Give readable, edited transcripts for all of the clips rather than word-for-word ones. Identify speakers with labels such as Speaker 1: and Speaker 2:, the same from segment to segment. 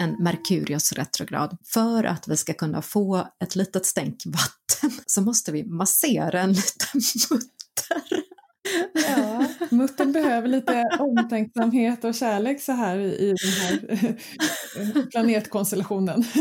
Speaker 1: en Merkurius retrograd. För att vi ska kunna få ett litet stänk vatten så måste vi massera en liten mutter.
Speaker 2: Ja, muttern behöver lite omtänksamhet och kärlek så här i den här planetkonstellationen.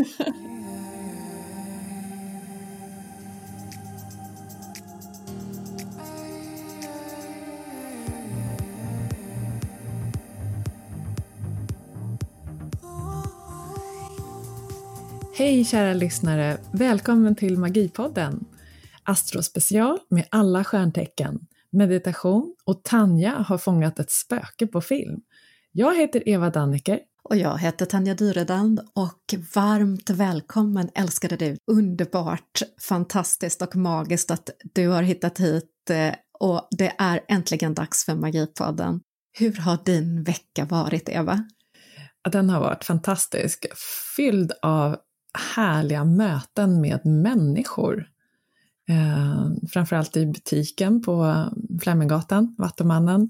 Speaker 2: Hej kära lyssnare, välkommen till Magipodden. Astrospecial med alla stjärntecken, meditation och Tanja har fångat ett spöke på film. Jag heter Eva Dannecker.
Speaker 1: Och jag heter Tanja Dyredand och varmt välkommen älskade du. Underbart, fantastiskt och magiskt att du har hittat hit och det är äntligen dags för Magipodden. Hur har din vecka varit, Eva?
Speaker 2: Den har varit fantastisk, fylld av härliga möten med människor. Framförallt i butiken på Fleminggatan, Vattumannen.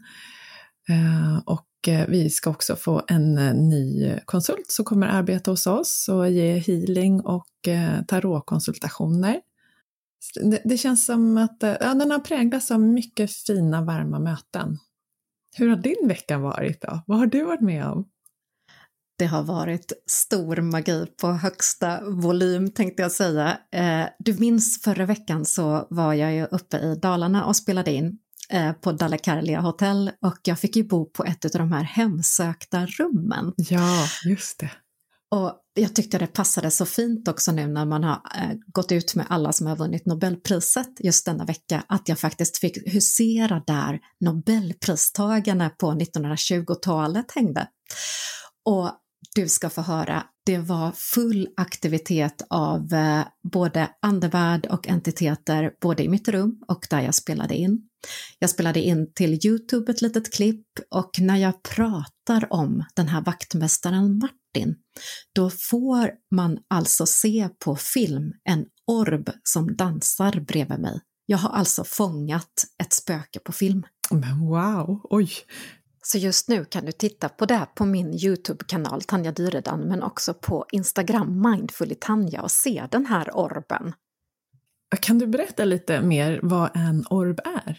Speaker 2: Och vi ska också få en ny konsult som kommer arbeta hos oss och ge healing och tarotkonsultationer. Det känns som att den har präglats av mycket fina, varma möten. Hur har din vecka varit då? Vad har du varit med om?
Speaker 1: Det har varit stor magi på högsta volym tänkte jag säga. Du minns förra veckan så var jag ju uppe i Dalarna och spelade in på Dalecarlia hotell och jag fick ju bo på ett av de här hemsökta rummen.
Speaker 2: Ja, just det.
Speaker 1: Och jag tyckte det passade så fint också nu när man har gått ut med alla som har vunnit Nobelpriset just denna vecka att jag faktiskt fick husera där Nobelpristagarna på 1920-talet hängde. Och du ska få höra, det var full aktivitet av både andevärld och entiteter både i mitt rum och där jag spelade in. Jag spelade in till YouTube ett litet klipp och när jag pratar om den här vaktmästaren Martin, då får man alltså se på film en orb som dansar bredvid mig. Jag har alltså fångat ett spöke på film.
Speaker 2: Men wow, oj!
Speaker 1: Så just nu kan du titta på det på min YouTube-kanal Tanja Dyredand men också på Instagram Mindfully Tanja och se den här orben.
Speaker 2: Kan du berätta lite mer vad en orb är?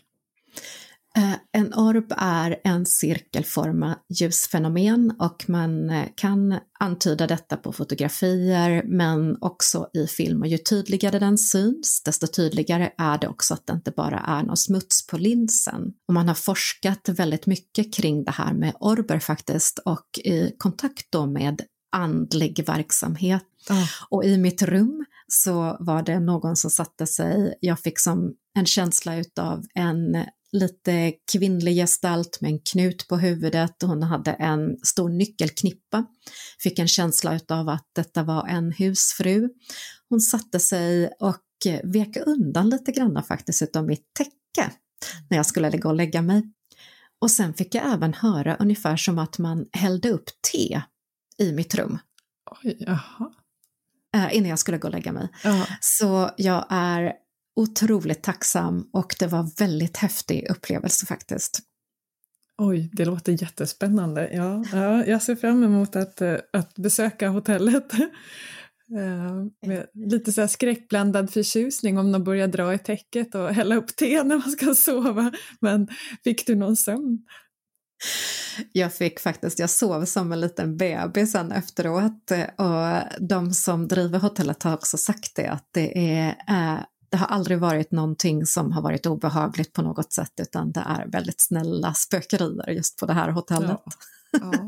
Speaker 1: En orb är en cirkelformad ljusfenomen och man kan antyda detta på fotografier men också i film och ju tydligare den syns desto tydligare är det också att det inte bara är någon smuts på linsen. Och man har forskat väldigt mycket kring det här med orber faktiskt och i kontakt då med andlig verksamhet. Och i mitt rum så var det någon som satte sig, jag fick som en känsla utav en lite kvinnlig gestalt med en knut på huvudet och hon hade en stor nyckelknippa. Fick en känsla utav att detta var en husfru. Hon satte sig och vek undan lite grann faktiskt utav mitt täcke när jag skulle gå och lägga mig. Och sen fick jag även höra ungefär som att man hällde upp te i mitt rum.
Speaker 2: Oj, jaha.
Speaker 1: Innan jag skulle gå och lägga mig.
Speaker 2: Ja.
Speaker 1: Så jag är otroligt tacksam och det var väldigt häftig upplevelse faktiskt.
Speaker 2: Oj, det låter jättespännande. Ja, jag ser fram emot att besöka hotellet med lite så här skräckblandad förtjusning om de börjar dra i täcket och hälla upp te när man ska sova. Men fick du någon sömn?
Speaker 1: Jag sov som en liten bebis sen efteråt och de som driver hotellet har också sagt det att det har aldrig varit någonting som har varit obehagligt på något sätt utan det är väldigt snälla spökerier just på det här hotellet.
Speaker 2: Ja.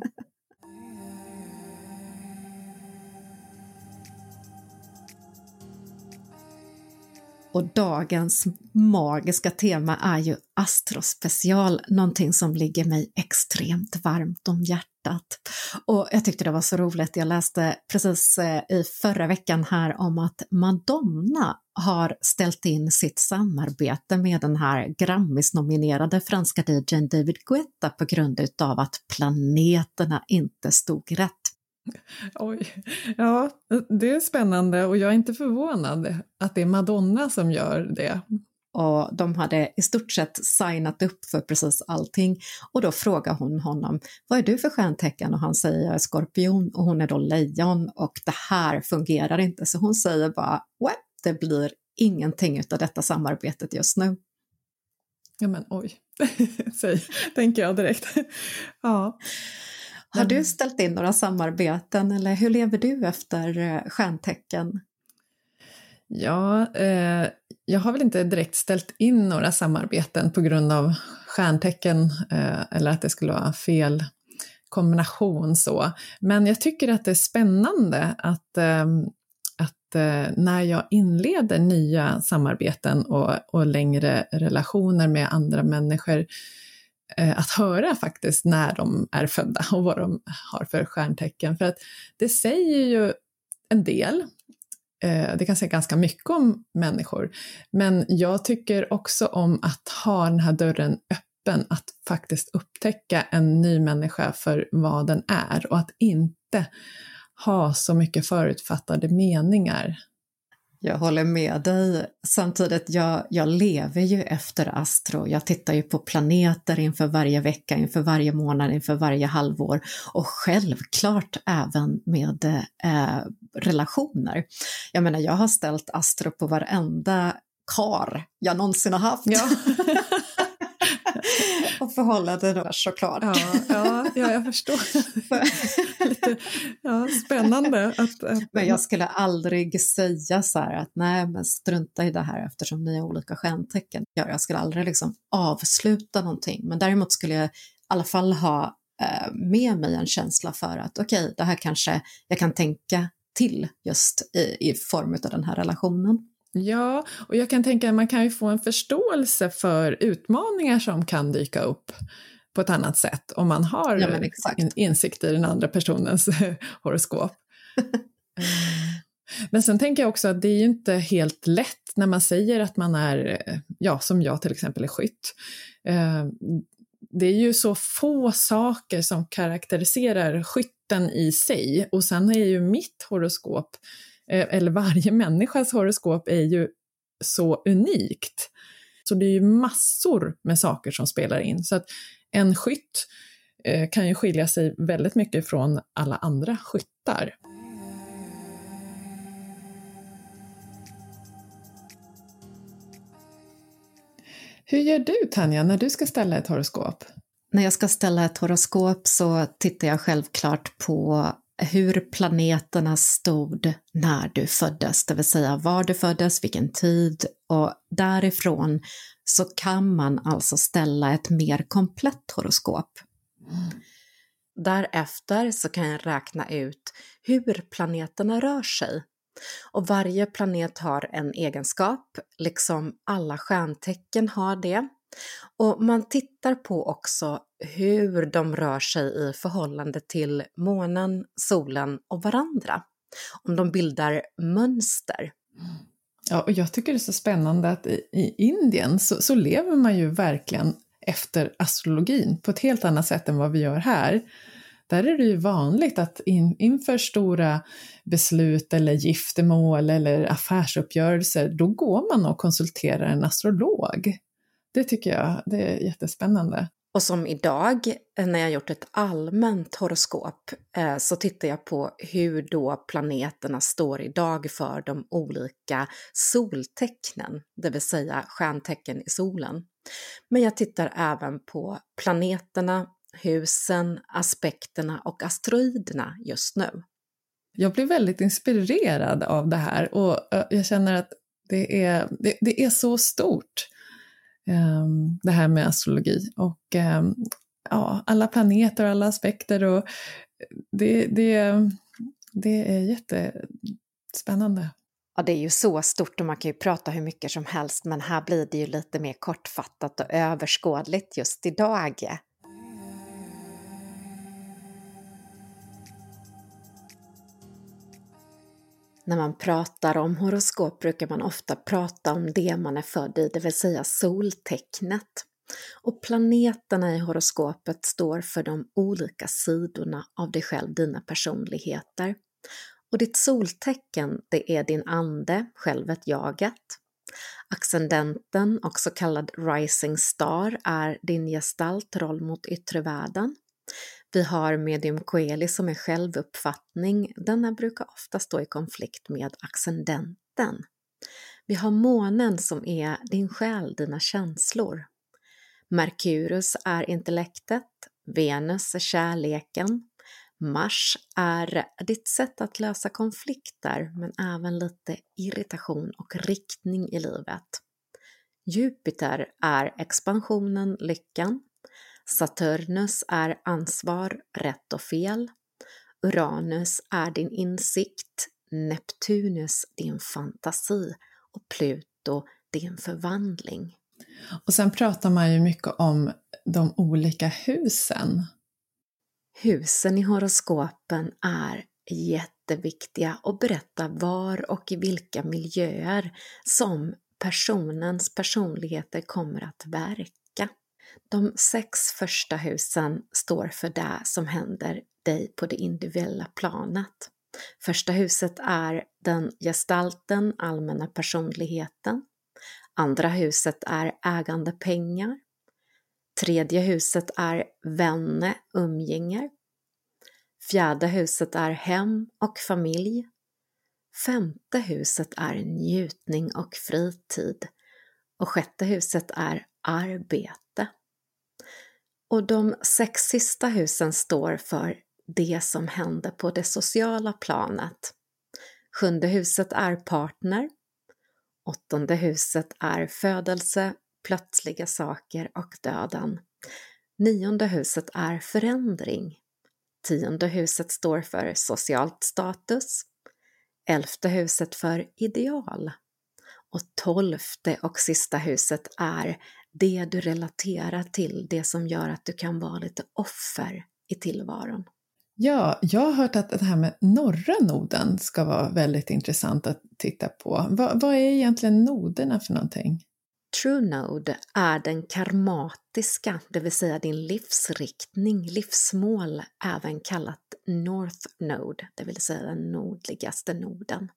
Speaker 1: Och dagens magiska tema är ju astrospecial, någonting som ligger mig extremt varmt om hjärtat. Och jag tyckte det var så roligt, jag läste precis i förra veckan här om att Madonna har ställt in sitt samarbete med den här Grammis-nominerade franska DJ:n David Guetta på grund av att planeterna inte stod rätt.
Speaker 2: Oj, ja, det är spännande och jag är inte förvånad att det är Madonna som gör det.
Speaker 1: och de hade i stort sett signat upp för precis allting. Och då frågar hon honom, vad är du för stjärntecken? Och han säger, jag är skorpion, och hon är då lejon, och det här fungerar inte. Så hon säger bara, det blir ingenting av detta samarbetet just nu.
Speaker 2: Ja men oj, tänker jag direkt. Ja.
Speaker 1: Har du ställt in några samarbeten, eller hur lever du efter stjärntecken?
Speaker 2: Ja, jag har väl inte direkt ställt in några samarbeten på grund av stjärntecken eller att det skulle vara fel kombination så. Men jag tycker att det är spännande att när jag inleder nya samarbeten och längre relationer med andra människor, att höra faktiskt när de är födda och vad de har för stjärntecken. För att det säger ju en del. Det kan säga ganska mycket om människor. Men jag tycker också om att ha den här dörren öppen, att faktiskt upptäcka en ny människa för vad den är och att inte ha så mycket förutfattade meningar.
Speaker 1: Jag håller med dig. Samtidigt, jag lever ju efter astro. Jag tittar ju på planeter inför varje vecka, inför varje månad, inför varje halvår. Och självklart även med relationer. Jag menar, jag har ställt astro på varenda kar jag någonsin har haft.
Speaker 2: Ja.
Speaker 1: Och förhållanden då, såklart.
Speaker 2: Ja, jag förstår. Lite, spännande.
Speaker 1: Men jag skulle aldrig säga så här att nej, men strunta i det här eftersom ni har olika stjärntecken. Jag skulle aldrig liksom avsluta någonting. Men däremot skulle jag i alla fall ha med mig en känsla för att okej, det här kanske jag kan tänka till just i form av den här relationen. Ja,
Speaker 2: och jag kan tänka att man kan ju få en förståelse för utmaningar som kan dyka upp på ett annat sätt om man har en insikt i den andra personens horoskop. Men sen tänker jag också att det är ju inte helt lätt när man säger att man är, som jag till exempel är skytt. Det är ju så få saker som karaktäriserar skytten i sig, och sen är ju mitt horoskop, eller varje människas horoskop, är ju så unikt. Så det är ju massor med saker som spelar in. Så att en skytt kan ju skilja sig väldigt mycket från alla andra skyttar. Hur gör du, Tanja, när du ska ställa ett horoskop?
Speaker 1: När jag ska ställa ett horoskop så tittar jag självklart på hur planeterna stod när du föddes, det vill säga var du föddes, vilken tid, och därifrån så kan man alltså ställa ett mer komplett horoskop. Därefter så kan jag räkna ut hur planeterna rör sig. Och varje planet har en egenskap, liksom alla stjärntecken har det. Och man tittar på också hur de rör sig i förhållande till månen, solen och varandra. Om de bildar mönster.
Speaker 2: Ja, och jag tycker det är så spännande att i Indien så lever man ju verkligen efter astrologin på ett helt annat sätt än vad vi gör här. Där är det ju vanligt att inför stora beslut eller giftermål eller affärsuppgörelser, då går man och konsulterar en astrolog. Det tycker jag, det är jättespännande.
Speaker 1: Och som idag, när jag gjort ett allmänt horoskop, så tittar jag på hur då planeterna står idag för de olika soltecknen, det vill säga stjärntecken i solen. Men jag tittar även på planeterna, husen, aspekterna och asteroiderna just nu.
Speaker 2: Jag blir väldigt inspirerad av det här, och jag känner att det är så stort. Det här med astrologi och alla planeter och alla aspekter, och det är jättespännande.
Speaker 1: Ja, det är ju så stort och man kan ju prata hur mycket som helst, men här blir det ju lite mer kortfattat och överskådligt just idag. När man pratar om horoskop brukar man ofta prata om det man är född i, det vill säga soltecknet. Och planeterna i horoskopet står för de olika sidorna av dig själv, dina personligheter. Och ditt soltecken, det är din ande, självet, jaget. Ascendenten, också kallad rising star, är din gestalt roll mot yttre världen. Vi har medium coeli som är självuppfattning. Denna brukar ofta stå i konflikt med ascendenten. Vi har månen som är din själ, dina känslor. Merkurius är intellektet, Venus är kärleken, Mars är ditt sätt att lösa konflikter men även lite irritation och riktning i livet. Jupiter är expansionen, lyckan. Saturnus är ansvar, rätt och fel. Uranus är din insikt, Neptunus din fantasi och Pluto din förvandling.
Speaker 2: Och sen pratar man ju mycket om de olika husen.
Speaker 1: Husen i horoskopen är jätteviktiga och berättar var och i vilka miljöer som personens personligheter kommer att verka. De 6 första husen står för det som händer dig på det individuella planet. Första huset är den gestalten, allmänna personligheten. Andra huset är ägande pengar. Tredje huset är vänner, umgänge. Fjärde huset är hem och familj. Femte huset är njutning och fritid. Och sjätte huset är arbete. Och de 6 sista husen står för det som händer på det sociala planet. 7:e huset är partner. 8:e huset är födelse, plötsliga saker och döden. 9:e huset är förändring. 10:e huset står för socialt status. 11:e huset för ideal. Och 12:e och sista huset är det du relaterar till, det som gör att du kan vara lite offer i tillvaron.
Speaker 2: Ja, jag har hört att det här med norra noden ska vara väldigt intressant att titta på. Vad är egentligen noderna för någonting?
Speaker 1: True Node är den karmatiska, det vill säga din livsriktning, livsmål, även kallat North Node, det vill säga den nordligaste noden.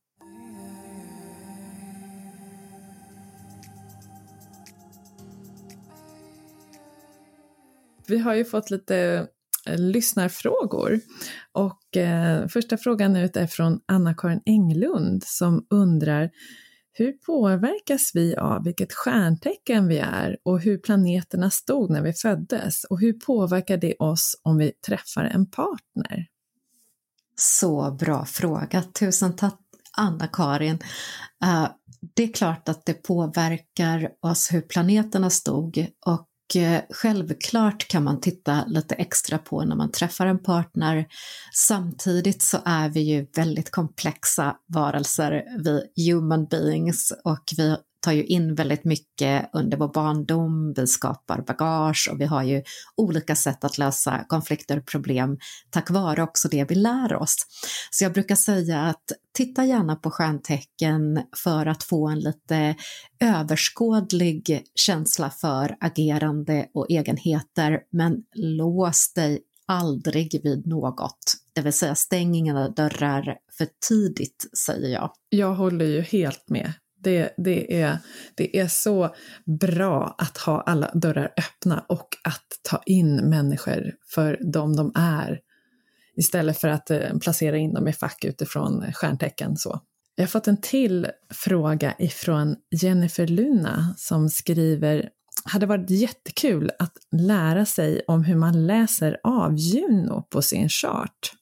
Speaker 2: Vi har ju fått lite lyssnarfrågor och första frågan ut är från Anna-Karin Englund som undrar: hur påverkas vi av vilket stjärntecken vi är och hur planeterna stod när vi föddes, och hur påverkar det oss om vi träffar en partner?
Speaker 1: Så bra fråga, tusen tack Anna-Karin. Det är klart att det påverkar oss hur planeterna stod, och självklart kan man titta lite extra på när man träffar en partner. Samtidigt så är vi ju väldigt komplexa varelser, vi human beings, och vi tar ju in väldigt mycket under vår barndom, vi skapar bagage och vi har ju olika sätt att lösa konflikter och problem tack vare också det vi lär oss. Så jag brukar säga att titta gärna på stjärntecken för att få en lite överskådlig känsla för agerande och egenheter, men lås dig aldrig vid något. Det vill säga stäng inga dörrar för tidigt, säger jag.
Speaker 2: Jag håller ju helt med. Det är så bra att ha alla dörrar öppna och att ta in människor för de är, istället för att placera in dem i fack utifrån stjärntecken. Så. Jag har fått en till fråga ifrån Jennifer Luna som skriver: hade varit jättekul att lära sig om hur man läser av Juno på sin chart.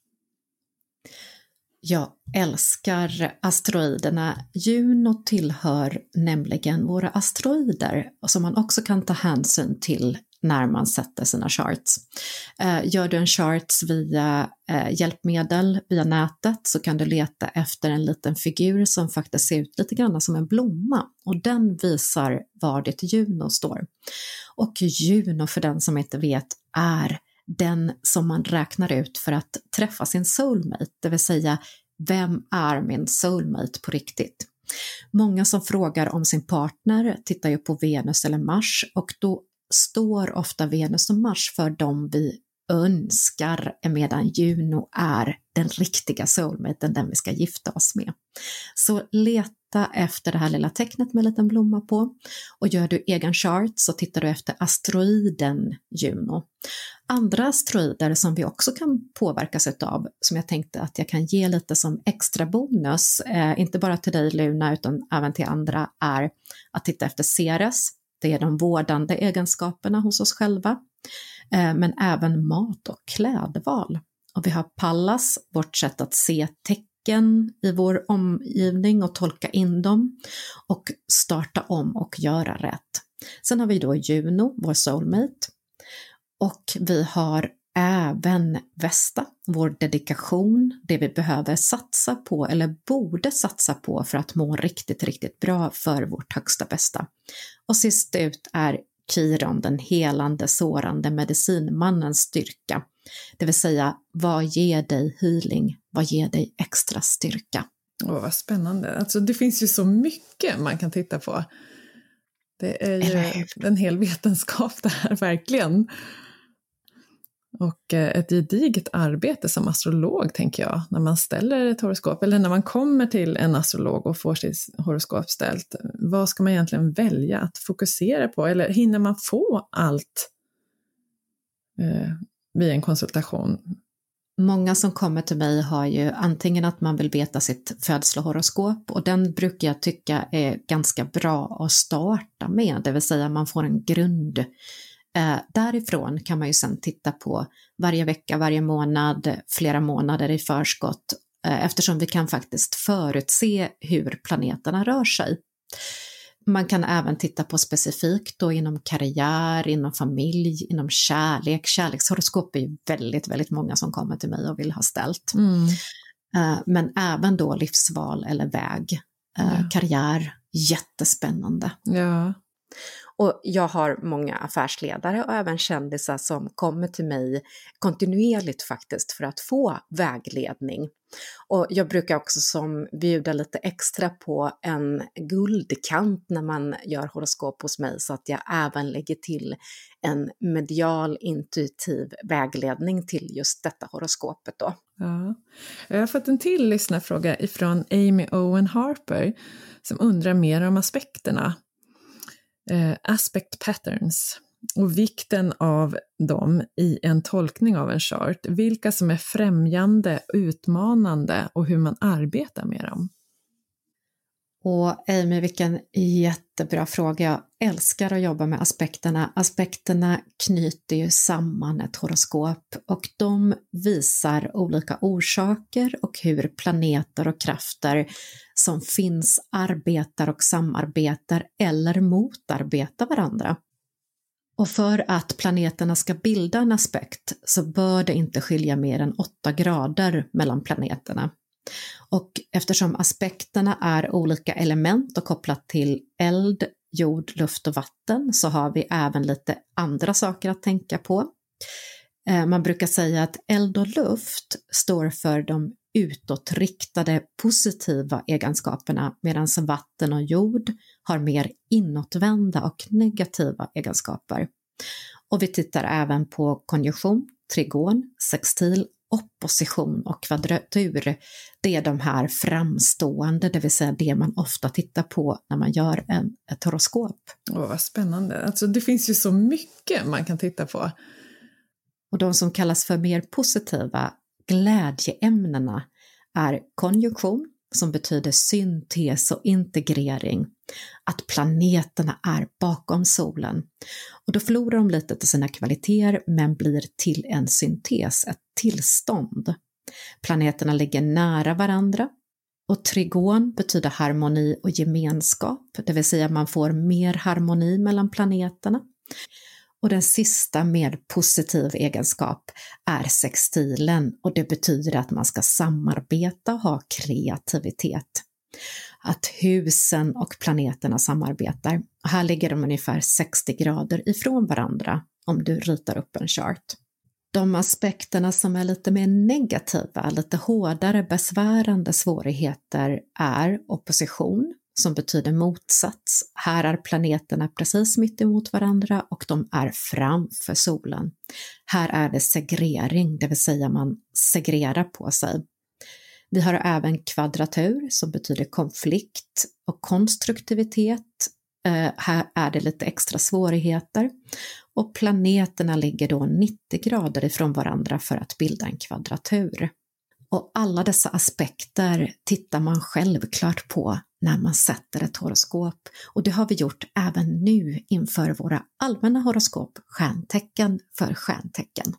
Speaker 1: Jag älskar asteroiderna. Juno tillhör nämligen våra asteroider som man också kan ta hänsyn till när man sätter sina charts. Gör du en charts via hjälpmedel via nätet så kan du leta efter en liten figur som faktiskt ser ut lite grann som en blomma, och den visar var ditt Juno står. Och Juno, för den som inte vet, är den som man räknar ut för att träffa sin soulmate, det vill säga vem är min soulmate på riktigt? Många som frågar om sin partner tittar ju på Venus eller Mars, och då står ofta Venus och Mars för dem vi önskar, medan Juno är den riktiga soulmaten, den vi ska gifta oss med. Så leta leta efter det här lilla tecknet med en liten blomma på. Och gör du egen chart så tittar du efter asteroiden Juno. Andra asteroider som vi också kan påverkas utav, som jag tänkte att jag kan ge lite som extra bonus, inte bara till dig Luna utan även till andra, är att titta efter Ceres. Det är de vårdande egenskaperna hos oss själva, men även mat och klädval. Och vi har Pallas, vårt sätt att se tecken i vår omgivning och tolka in dem och starta om och göra rätt. Sen har vi då Juno, vår soulmate, och vi har även Vesta, vår dedikation, det vi behöver satsa på eller borde satsa på för att må riktigt, riktigt bra för vårt högsta bästa. Och sist ut är Kiron, den helande, sårande medicinmannens styrka. Det vill säga, vad ger dig healing? Vad ger dig extra styrka?
Speaker 2: Vad spännande. Alltså, det finns ju så mycket man kan titta på. Det är ju en hel vetenskap det här, verkligen. Och ett gediget arbete som astrolog, tänker jag, när man ställer ett horoskop, eller när man kommer till en astrolog och får sitt horoskop ställt. Vad ska man egentligen välja att fokusera på? Eller hinner man få allt vid en konsultation?
Speaker 1: Många som kommer till mig har ju antingen att man vill veta sitt födselhoroskop, och den brukar jag tycka är ganska bra att starta med, det vill säga man får en grund. Därifrån kan man ju sedan titta på varje vecka, varje månad, flera månader i förskott, eftersom vi kan faktiskt förutse hur planeterna rör sig. Man kan även titta på specifikt då inom karriär, inom familj, inom kärlek. Kärlekshoroskop är ju väldigt, väldigt många som kommer till mig och vill ha ställt. Men även då livsval eller väg, karriär, jättespännande.
Speaker 2: Ja.
Speaker 1: Och jag har många affärsledare och även kändisar som kommer till mig kontinuerligt faktiskt för att få vägledning. Och jag brukar också som bjuda lite extra på en guldkant när man gör horoskop hos mig, så att jag även lägger till en medial intuitiv vägledning till just detta horoskopet då.
Speaker 2: Ja. Jag har fått en till lyssnarfråga ifrån Amy Owen Harper som undrar mer om aspekterna. Aspect patterns och vikten av dem i en tolkning av en chart, vilka som är främjande, utmanande och hur man arbetar med dem.
Speaker 1: Och Amy, vilken jättebra fråga. Jag älskar att jobba med aspekterna. Aspekterna knyter ju samman ett horoskop och de visar olika orsaker och hur planeter och krafter som finns arbetar och samarbetar eller motarbetar varandra. Och för att planeterna ska bilda en aspekt så bör det inte skilja mer än 8 grader mellan planeterna. Och eftersom aspekterna är olika element och kopplat till eld, jord, luft och vatten, så har vi även lite andra saker att tänka på. Man brukar säga att eld och luft står för de utåtriktade positiva egenskaperna, medan vatten och jord har mer inåtvända och negativa egenskaper. Och vi tittar även på konjunktion, trigon, sextil, opposition och kvadratur. Det är de här framstående, det vill säga det man ofta tittar på när man gör ett horoskop.
Speaker 2: Vad spännande. Alltså det finns ju så mycket man kan titta på.
Speaker 1: Och de som kallas för mer positiva glädjeämnena är konjunktion, som betyder syntes och integrering, att planeterna är bakom solen. Och då förlorar de lite till sina kvaliteter men blir till en syntes, ett tillstånd. Planeterna ligger nära varandra. Och trigon betyder harmoni och gemenskap, det vill säga man får mer harmoni mellan planeterna. Och den sista med positiv egenskap är sextilen, och det betyder att man ska samarbeta och ha kreativitet. Att husen och planeterna samarbetar. Här ligger de ungefär 60 grader ifrån varandra om du ritar upp en chart. De aspekterna som är lite mer negativa, lite hårdare, besvärande svårigheter är opposition, som betyder motsats. Här är planeterna precis mitt emot varandra och de är framför solen. Här är det segrering, det vill säga man segrerar på sig. Vi har även kvadratur som betyder konflikt och konstruktivitet. Här är det lite extra svårigheter. Och planeterna ligger då 90 grader ifrån varandra för att bilda en kvadratur. Och alla dessa aspekter tittar man självklart på när man sätter ett horoskop. Och det har vi gjort även nu inför våra allmänna horoskop, stjärntecken för stjärntecken.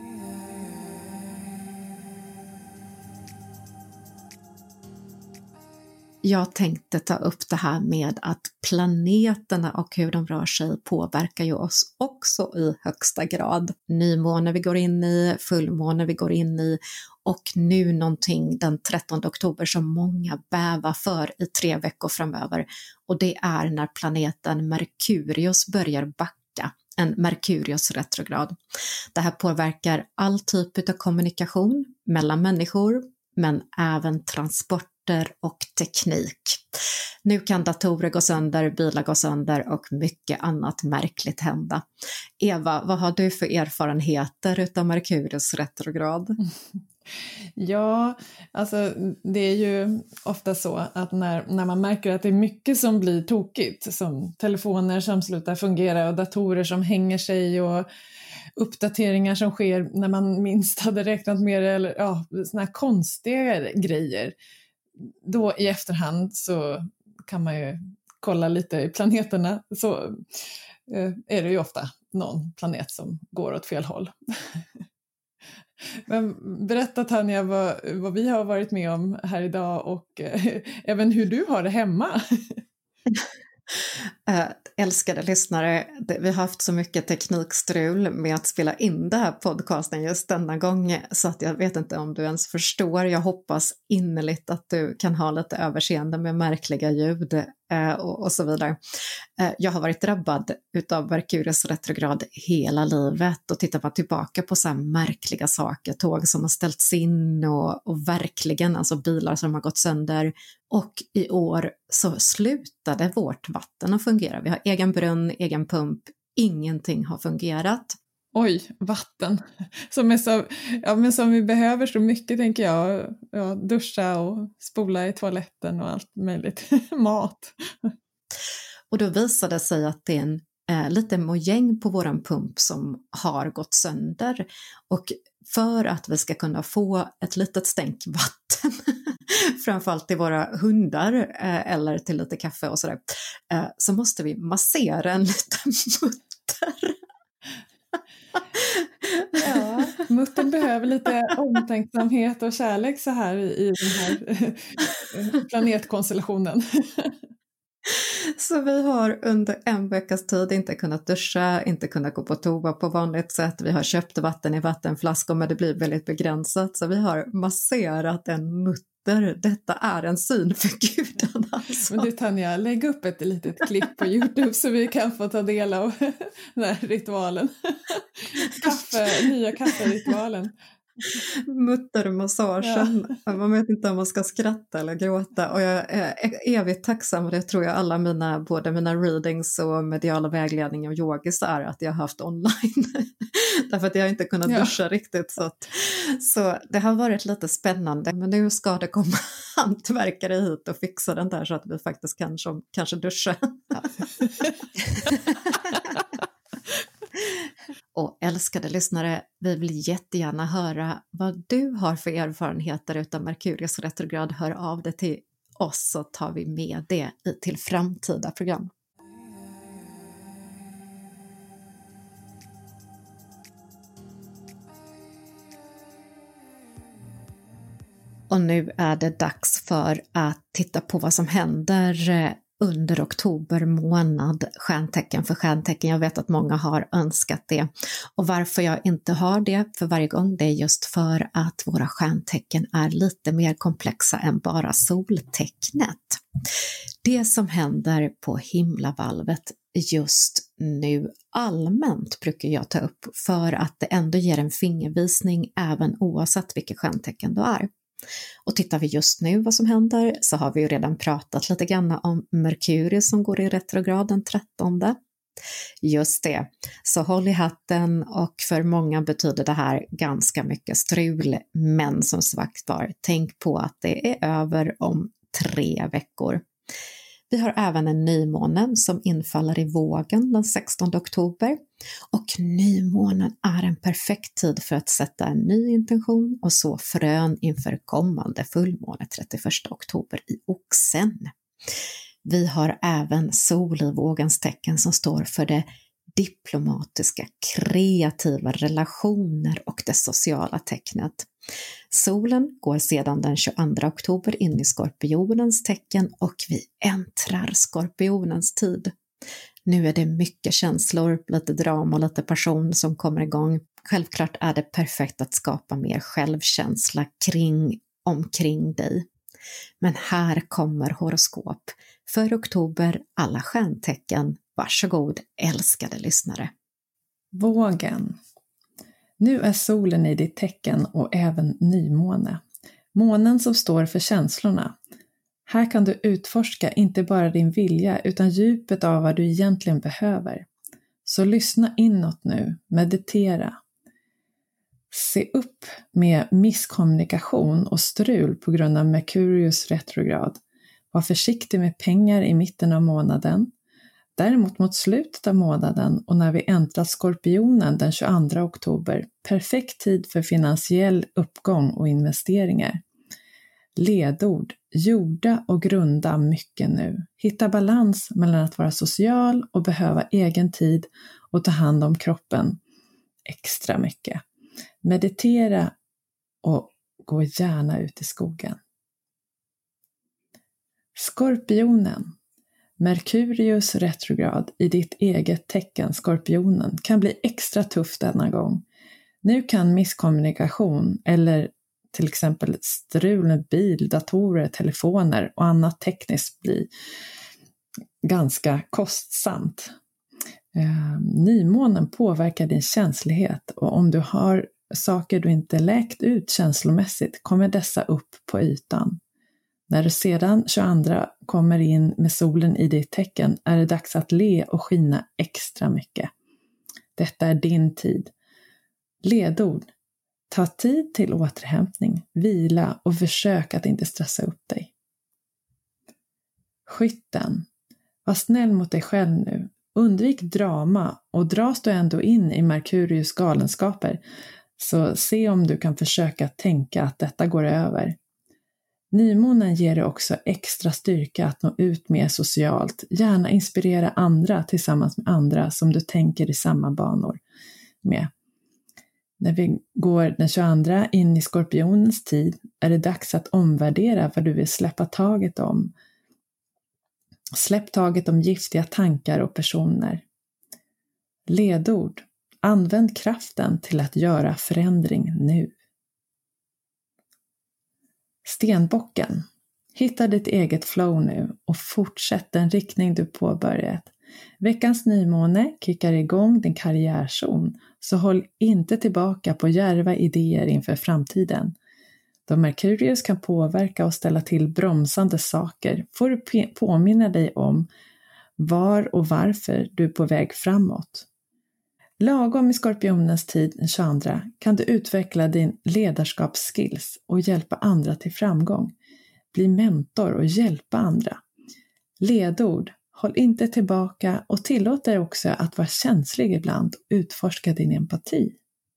Speaker 1: Jag tänkte ta upp det här med att planeterna och hur de rör sig påverkar ju oss också i högsta grad. Nymåne vi går in i, fullmåne vi går in i och nu någonting den 13 oktober som många bävar för i 3 veckor framöver. Och det är när planeten Merkurius börjar backa, en Merkurius retrograd. Det här påverkar all typ av kommunikation mellan människor men även transport och teknik. Nu kan datorer gå sönder, bilar gå sönder och mycket annat märkligt hända. Eva, vad har du för erfarenheter utav Merkurius retrograd?
Speaker 2: Ja, alltså det är ju ofta så att när man märker att det är mycket som blir tokigt, som telefoner som slutar fungera och datorer som hänger sig och uppdateringar som sker när man minst hade räknat med det, eller ja, såna här konstiga grejer. Då i efterhand så kan man ju kolla lite i planeterna, så är det ju ofta någon planet som går åt fel håll. Men berätta Tanja vad vi har varit med om här idag och även hur du har det hemma.
Speaker 1: Älskade lyssnare, vi har haft så mycket teknikstrul med att spela in det här podcasten just denna gång så att jag vet inte om du ens förstår. Jag hoppas innerligt att du kan ha lite överseende med märkliga ljud och så vidare. Jag har varit drabbad utav Merkurius retrograd hela livet och tittar man tillbaka på så här märkliga saker, tåg som har ställts in och verkligen alltså bilar som har gått sönder. Och i år så slutade vårt vatten att fungera. Vi har egen brunn, egen pump, ingenting har fungerat.
Speaker 2: Oj, vatten som är så, ja, men som vi behöver så mycket, tänker jag. Ja, duscha och spola i toaletten och allt möjligt. Mat.
Speaker 1: Och då visade det sig att det är en lite mojäng på våran pump som har gått sönder. Och för att vi ska kunna få ett litet stänk vatten, framförallt till våra hundar eller till lite kaffe och sådär, så måste vi massera en liten mutter.
Speaker 2: Ja, muttern behöver lite omtänksamhet och kärlek så här i den här planetkonstellationen.
Speaker 1: Så vi har under 1 veckas tid inte kunnat duscha, inte kunnat gå på toa på vanligt sätt. Vi har köpt vatten i vattenflaskor men det blir väldigt begränsat. Så vi har masserat en mutter. Detta är en syn för gudarna. Alltså.
Speaker 2: Men du Tanja, lägg upp ett litet klipp på YouTube så vi kan få ta del av den här ritualen. Nya kafferitualen.
Speaker 1: Muttermassagen. Ja. Man vet inte om man ska skratta eller gråta och jag är evigt tacksam och det tror jag alla både mina readings och mediala vägledning och yogis är att jag har haft online. Därför att jag inte kunnat duscha riktigt så det har varit lite spännande, men nu ska det komma hantverkare hit och fixa den där så att vi faktiskt kanske duscha. Ja. Och älskade lyssnare, vi vill jättegärna höra vad du har för erfarenheter utav Merkurius retrograd. Hör av det till oss så tar vi med det till framtida program. Och nu är det dags för att titta på vad som händer under oktober månad, stjärntecken för stjärntecken. Jag vet att många har önskat det. Och varför jag inte har det för varje gång, det är just för att våra stjärntecken är lite mer komplexa än bara soltecknet. Det som händer på himlavalvet just nu allmänt brukar jag ta upp för att det ändå ger en fingervisning även oavsett vilket stjärntecken du är. Och tittar vi just nu vad som händer så har vi ju redan pratat lite grann om Merkurius som går i retrograd den 13. Just det, så håll i hatten, och för många betyder det här ganska mycket strul, men som sagt var, tänk på att det är över om 3 veckor. Vi har även en nymåne som infaller i vågen den 16 oktober, och nymånen är en perfekt tid för att sätta en ny intention och så frön inför kommande fullmåne 31 oktober i Oxen. Vi har även sol i vågens tecken som står för det diplomatiska, kreativa relationer och det sociala tecknet. Solen går sedan den 22 oktober in i skorpionens tecken och vi äntrar skorpionens tid. Nu är det mycket känslor, lite drama och lite passion som kommer igång. Självklart är det perfekt att skapa mer självkänsla omkring dig. Men här kommer horoskop för oktober, alla stjärntecken. Varsågod, älskade lyssnare.
Speaker 2: Vågen. Nu är solen i ditt tecken och även nymåne. Månen som står för känslorna. Här kan du utforska inte bara din vilja utan djupet av vad du egentligen behöver. Så lyssna inåt nu, meditera. Se upp med misskommunikation och strul på grund av Merkurius retrograd. Var försiktig med pengar i mitten av månaden. Däremot mot slutet av månaden och när vi äntrar skorpionen den 22 oktober, perfekt tid för finansiell uppgång och investeringar. Ledord, jorda och grunda mycket nu. Hitta balans mellan att vara social och behöva egen tid och ta hand om kroppen extra mycket. Meditera och gå gärna ut i skogen. Skorpionen. Merkurius retrograd i ditt eget tecken, skorpionen, kan bli extra tuff denna gång. Nu kan misskommunikation eller till exempel strul med bil, datorer, telefoner och annat tekniskt bli ganska kostsamt. Nymånen påverkar din känslighet och om du har saker du inte läkt ut känslomässigt kommer dessa upp på ytan. När du sedan 22 kommer in med solen i ditt tecken är det dags att le och skina extra mycket. Detta är din tid. Ledord. Ta tid till återhämtning, vila och försök att inte stressa upp dig. Skytten. Var snäll mot dig själv nu. Undvik drama och dras du ändå in i Merkurius galenskaper så se om du kan försöka tänka att detta går över. Nymånen ger dig också extra styrka att nå ut mer socialt, gärna inspirera andra tillsammans med andra som du tänker i samma banor med. När vi går den 22 in i skorpionens tid är det dags att omvärdera vad du vill släppa taget om. Släpp taget om giftiga tankar och personer. Ledord. Använd kraften till att göra förändring nu. Stenbocken. Hitta ditt eget flow nu och fortsätt den riktning du påbörjat. Veckans nymåne kickar igång din karriärzon, så håll inte tillbaka på djärva idéer inför framtiden. Då Merkurius kan påverka och ställa till bromsande saker får du påminna dig om var och varför du är på väg framåt. Lagom i skorpionens tid 22 kan du utveckla din ledarskapsskills och hjälpa andra till framgång. Bli mentor och hjälpa andra. Ledord. Håll inte tillbaka och tillåt dig också att vara känslig ibland och utforska din empati.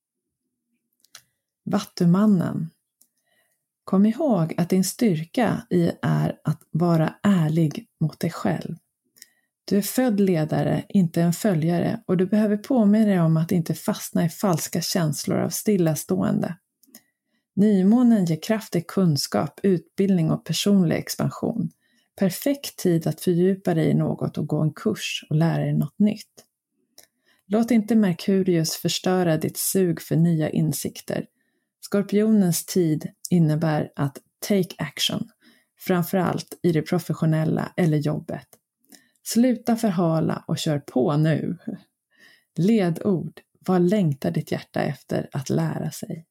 Speaker 2: Vattumannen. Kom ihåg att din styrka är att vara ärlig mot dig själv. Du är född ledare, inte en följare, och du behöver påminna dig om att inte fastna i falska känslor av stillastående. Nymånen ger kraft till kunskap, utbildning och personlig expansion. Perfekt tid att fördjupa dig i något och gå en kurs och lära dig något nytt. Låt inte Merkurius förstöra ditt sug för nya insikter. Skorpionens tid innebär att take action, framförallt i det professionella eller jobbet. Sluta förhala och kör på nu. Ledord. Vad längtar ditt hjärta efter att lära sig?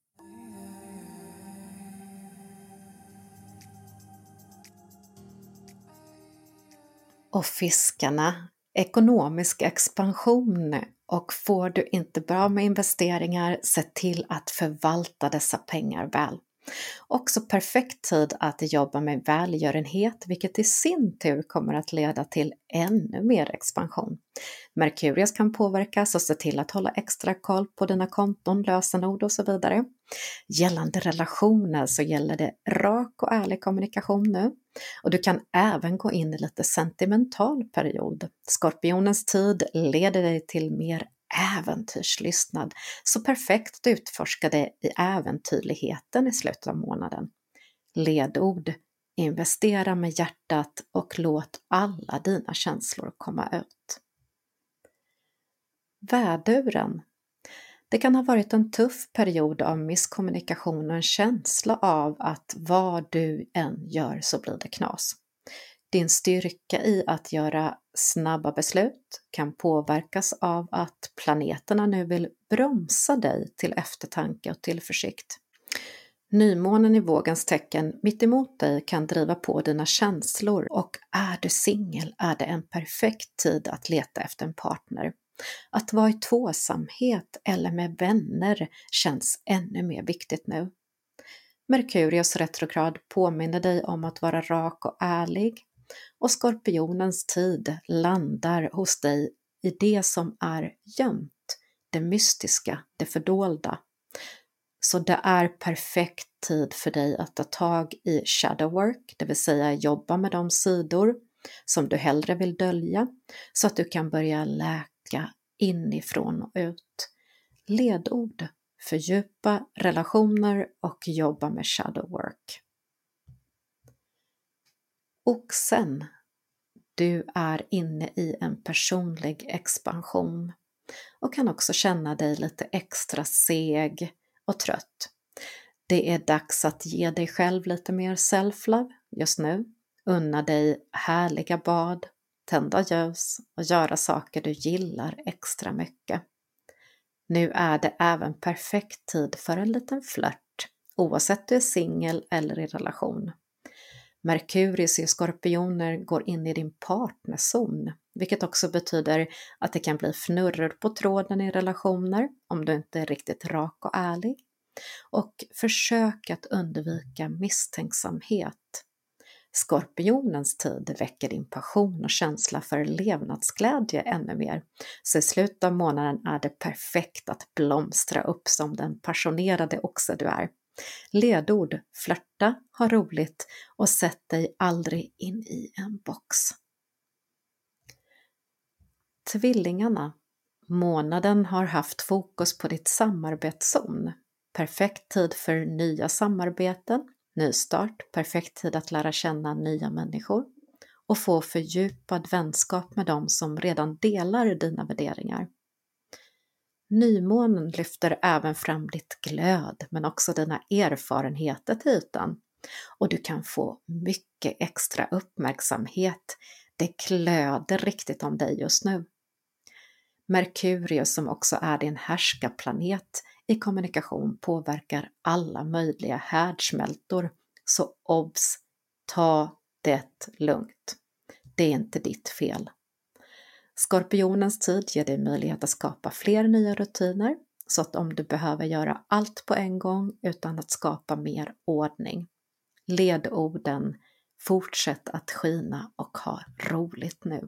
Speaker 1: Och fiskarna, Ekonomisk expansion, och får du inte bra med investeringar, se till att förvalta dessa pengar väl. Också perfekt tid att jobba med välgörenhet, vilket i sin tur kommer att leda till ännu mer expansion. Merkurius kan påverkas och se till att hålla extra koll på dina konton, lösenord och så vidare. Gällande relationer så gäller det rak och ärlig kommunikation nu. Och du kan även gå in i lite sentimental period. Skorpionens tid leder dig till mer äventyrslystnad, så perfekt att utforska det i äventyrligheten i slutet av månaden. Ledord: investera med hjärtat och låt alla dina känslor komma ut. Väduren. Det kan ha varit en tuff period av misskommunikation och en känsla av att vad du än gör så blir det knas. Din styrka i att göra snabba beslut kan påverkas av att planeterna nu vill bromsa dig till eftertanke och tillförsikt. Nymånen i vågens tecken mitt emot dig kan driva på dina känslor, och är du singel är det en perfekt tid att leta efter en partner. Att vara i tvåsamhet eller med vänner känns ännu mer viktigt nu. Merkurius retrograd påminner dig om att vara rak och ärlig, och Skorpionens tid landar hos dig i det som är gömt, det mystiska, det fördolda. Så det är perfekt tid för dig att ta tag i shadow work, det vill säga jobba med de sidor som du hellre vill dölja, så att du kan börja läka inifrån och ut. Ledord: fördjupa relationer och jobba med shadow work. Oxen. Du är inne i en personlig expansion och kan också känna dig lite extra seg och trött. Det är dags att ge dig själv lite mer self-love just nu. Unna dig härliga bad, tända ljus och göra saker du gillar extra mycket. Nu är det även perfekt tid för en liten flört, oavsett du är singel eller i relation. Merkurius i Skorpioner går in i din partnerzon, vilket också betyder att det kan bli fnurror på tråden i relationer om du inte är riktigt rak och ärlig. Och försök att undvika misstänksamhet. Skorpionens tid väcker din passion och känsla för levnadsglädje ännu mer, så i slutet av månaden är det perfekt att blomstra upp som den passionerade oxe du är. Ledord: flörta, ha roligt och sätt dig aldrig in i en box. Tvillingarna. Månaden har haft fokus på ditt samarbetszon. Perfekt tid för nya samarbeten, nystart, perfekt tid att lära känna nya människor och få fördjupad vänskap med dem som redan delar dina värderingar. Nymånen lyfter även fram ditt glöd, men också dina erfarenheter till ytan. Och du kan få mycket extra uppmärksamhet. Det klöder riktigt om dig just nu. Merkurius, som också är din härskarplanet i kommunikation, påverkar alla möjliga härdsmältor. Så obs, ta det lugnt. Det är inte ditt fel. Skorpionens tid ger dig möjlighet att skapa fler nya rutiner, så att om du behöver göra allt på en gång utan att skapa mer ordning. Ledorden: fortsätt att skina och ha roligt nu.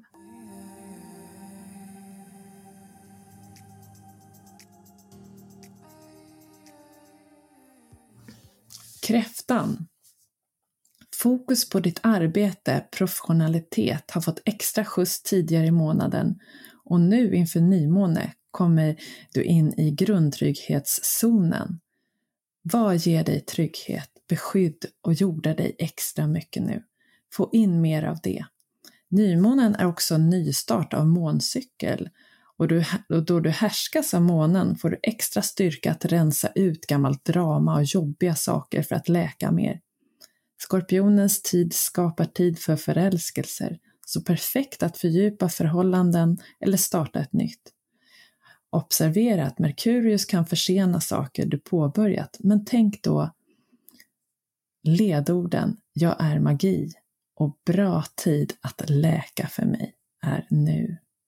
Speaker 2: Kräftan. Fokus på ditt arbete, professionalitet har fått extra skjuts tidigare i månaden, och nu inför nymåne kommer du in i grundtrygghetszonen. Vad ger dig trygghet, beskydd och jordar dig extra mycket nu? Få in mer av det. Nymånen är också en nystart av måncykel, och då du härskas av månen får du extra styrka att rensa ut gammalt drama och jobbiga saker för att läka mer. Skorpionens tid skapar tid för förälskelser, så perfekt att fördjupa förhållanden eller starta ett nytt. Observera att Merkurius kan försena saker du påbörjat, men tänk då: ledorden "jag är magi" och "bra tid att läka för mig" är nu.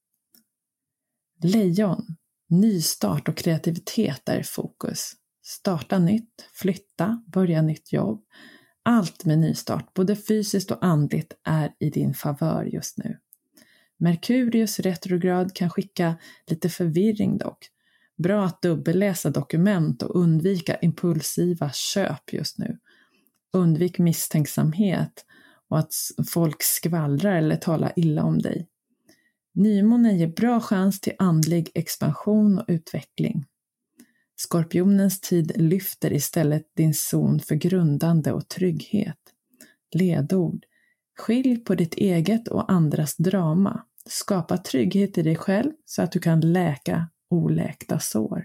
Speaker 2: Lejon, nystart och kreativitet är fokus. Starta nytt, flytta, börja nytt jobb. Allt med nystart, både fysiskt och andligt, är i din favör just nu. Merkurius retrograd kan skicka lite förvirring dock. Bra att dubbelläsa dokument och undvika impulsiva köp just nu. Undvik misstänksamhet och att folk skvallrar eller talar illa om dig. Nymånen ger bra chans till andlig expansion och utveckling. Skorpionens tid lyfter istället din zon för grundande och trygghet. Ledord. Skilj på ditt eget och andras drama. Skapa trygghet i dig själv så att du kan läka oläkta sår.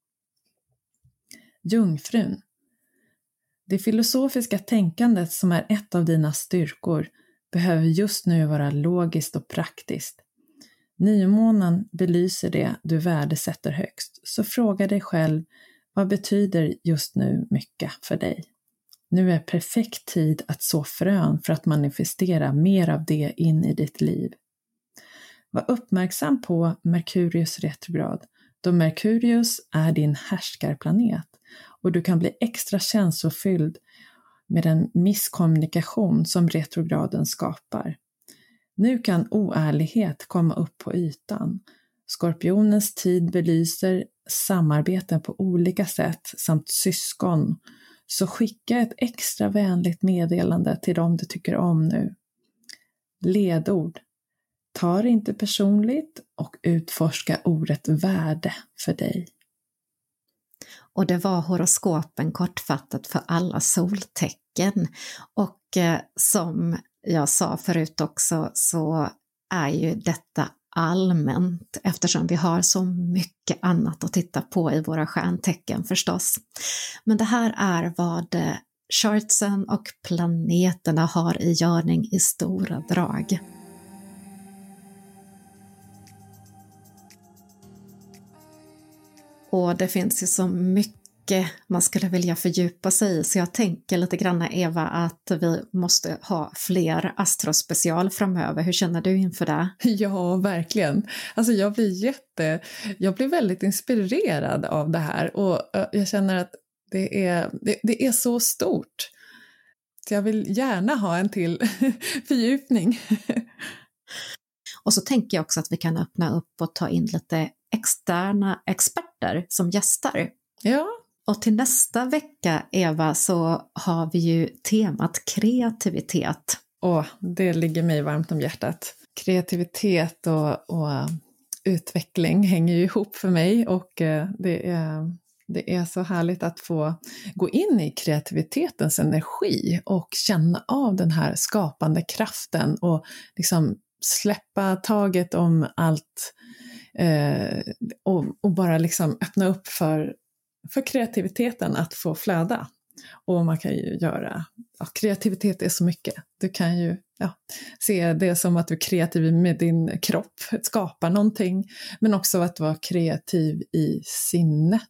Speaker 2: Jungfrun. Det filosofiska tänkandet som är ett av dina styrkor behöver just nu vara logiskt och praktiskt. Nymånen belyser det du värdesätter högst, så fråga dig själv, vad betyder just nu mycket för dig? Nu är perfekt tid att så frön för att manifestera mer av det in i ditt liv. Var uppmärksam på Merkurius retrograd, då Merkurius är din härskarplanet och du kan bli extra känslofylld med den misskommunikation som retrograden skapar. Nu kan oärlighet komma upp på ytan. Skorpionens tid belyser samarbeten på olika sätt samt syskon. Så skicka ett extra vänligt meddelande till dem du tycker om nu. Ledord. Ta det inte personligt och utforska ordet värde för dig.
Speaker 1: Och det var horoskopen kortfattat för alla soltecken. Och som jag sa förut också, så är ju detta allmänt eftersom vi har så mycket annat att titta på i våra stjärntecken förstås. Men det här är vad chartsen och planeterna har i görning i stora drag. Och det finns ju så mycket man skulle vilja fördjupa sig i, så jag tänker lite grann, Eva, att vi måste ha fler astrospecial framöver. Hur känner du inför det?
Speaker 2: Ja, verkligen. Alltså jag blir väldigt inspirerad av det här och jag känner att det är så stort. Så jag vill gärna ha en till fördjupning.
Speaker 1: Och så tänker jag också att vi kan öppna upp och ta in lite externa experter som gäster.
Speaker 2: Ja.
Speaker 1: Och till nästa vecka, Eva, så har vi ju temat kreativitet.
Speaker 2: Det ligger mig varmt om hjärtat. Kreativitet och utveckling hänger ju ihop för mig och det är så härligt att få gå in i kreativitetens energi och känna av den här skapande kraften och liksom släppa taget om allt och bara liksom öppna upp för kreativiteten att få flöda. Och man kan ju göra, kreativitet är så mycket. Du kan ju se det som att du är kreativ med din kropp, skapa någonting, men också att vara kreativ i sinnet.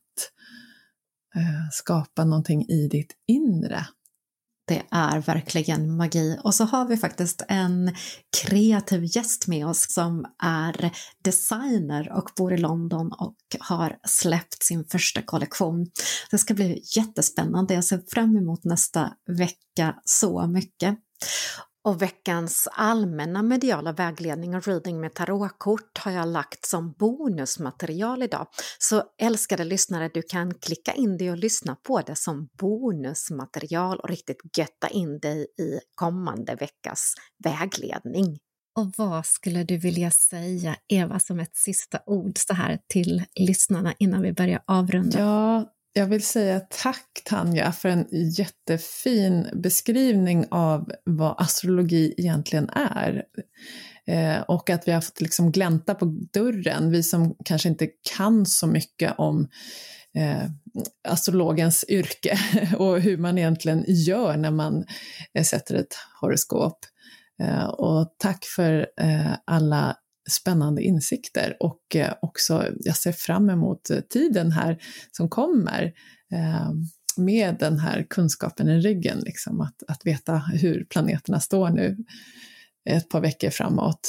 Speaker 2: Skapa någonting i ditt inre.
Speaker 1: Det är verkligen magi. Och så har vi faktiskt en kreativ gäst med oss som är designer och bor i London och har släppt sin första kollektion. Det ska bli jättespännande. Jag ser fram emot nästa vecka så mycket. Och veckans allmänna mediala vägledning och reading med tarotkort har jag lagt som bonusmaterial idag. Så älskade lyssnare, du kan klicka in det och lyssna på det som bonusmaterial och riktigt götta in dig i kommande veckas vägledning. Och vad skulle du vilja säga, Eva, som ett sista ord så här till lyssnarna innan vi börjar avrunda?
Speaker 2: Ja, jag vill säga tack Tanja för en jättefin beskrivning av vad astrologi egentligen är. Och att vi har fått liksom glänta på dörren, vi som kanske inte kan så mycket om astrologens yrke och hur man egentligen gör när man sätter ett horoskop. Och tack för alla spännande insikter och också jag ser fram emot tiden här som kommer med den här kunskapen i ryggen, liksom, att veta hur planeterna står nu ett par veckor framåt.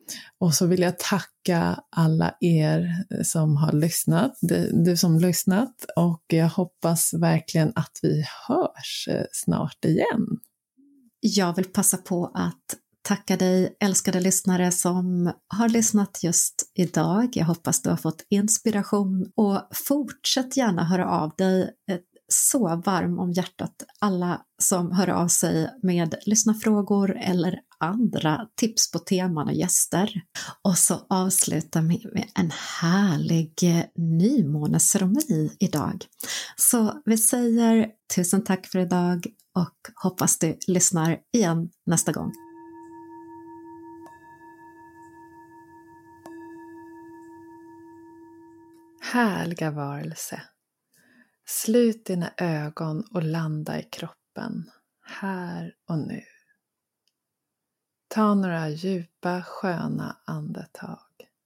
Speaker 2: Och så vill jag tacka alla er som har lyssnat, du som lyssnat, och jag hoppas verkligen att vi hörs snart igen.
Speaker 1: Jag vill passa på att tacka dig, älskade lyssnare, som har lyssnat just idag. Jag hoppas du har fått inspiration, och fortsätt gärna höra av dig, så varm om hjärtat, alla som hör av sig med lyssnarfrågor eller andra tips på teman och gäster. Och så avslutar vi med en härlig nymånesceremoni idag. Så vi säger tusen tack för idag och hoppas du lyssnar igen nästa gång.
Speaker 2: Härliga varelse. Slut dina ögon och landa i kroppen, här och nu. Ta några djupa, sköna andetag.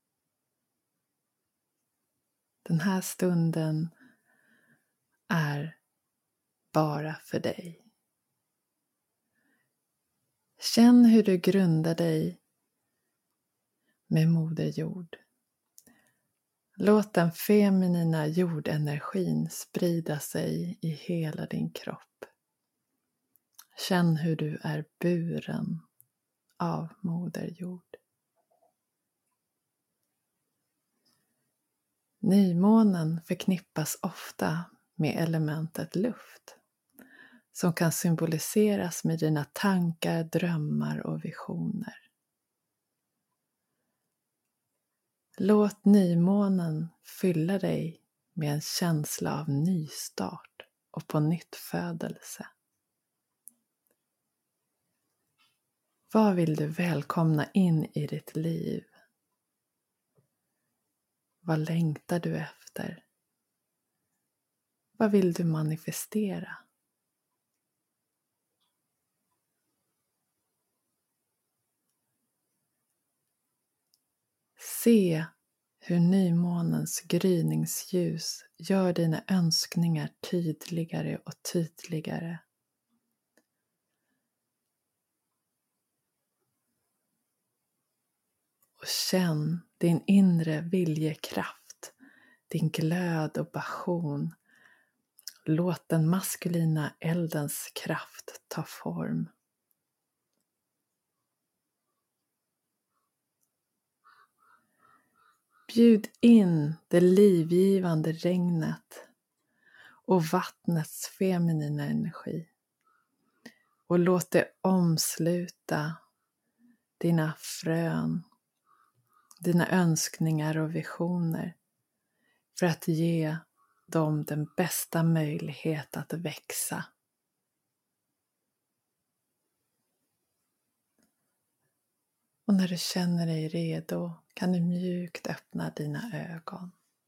Speaker 2: Den här stunden är bara för dig. Känn hur du grundar dig med Moder Jord. Låt den feminina jordenergin sprida sig i hela din kropp. Känn hur du är buren av Moder Jord. Nymånen förknippas ofta med elementet luft, som kan symboliseras med dina tankar, drömmar och visioner. Låt nymånen fylla dig med en känsla av nystart och på nytt födelse. Vad vill du välkomna in i ditt liv? Vad längtar du efter? Vad vill du manifestera? Se hur nymånens gryningsljus gör dina önskningar tydligare och tydligare. Och känn din inre viljekraft, din glöd och passion. Låt den maskulina eldens kraft ta form. Bjud in det livgivande regnet och vattnets feminina energi. Och låt det omsluta dina frön, dina önskningar och visioner, för att ge dem den bästa möjlighet att växa. Och när du känner dig redo kan du mjukt öppna dina ögon.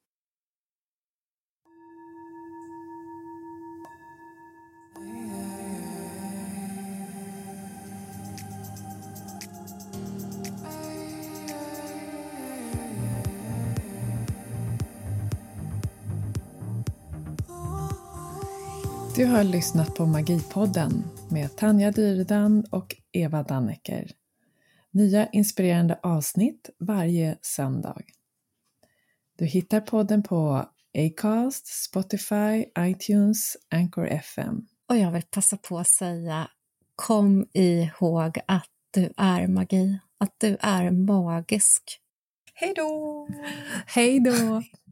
Speaker 2: Du har lyssnat på Magipodden med Tanja Dyrdan och Eva Dannecker. Nya inspirerande avsnitt varje söndag. Du hittar podden på Acast, Spotify, iTunes, Anchor FM.
Speaker 1: Och jag vill passa på att säga, kom ihåg att du är magi, att du är magisk.
Speaker 2: Hej då! Hej då!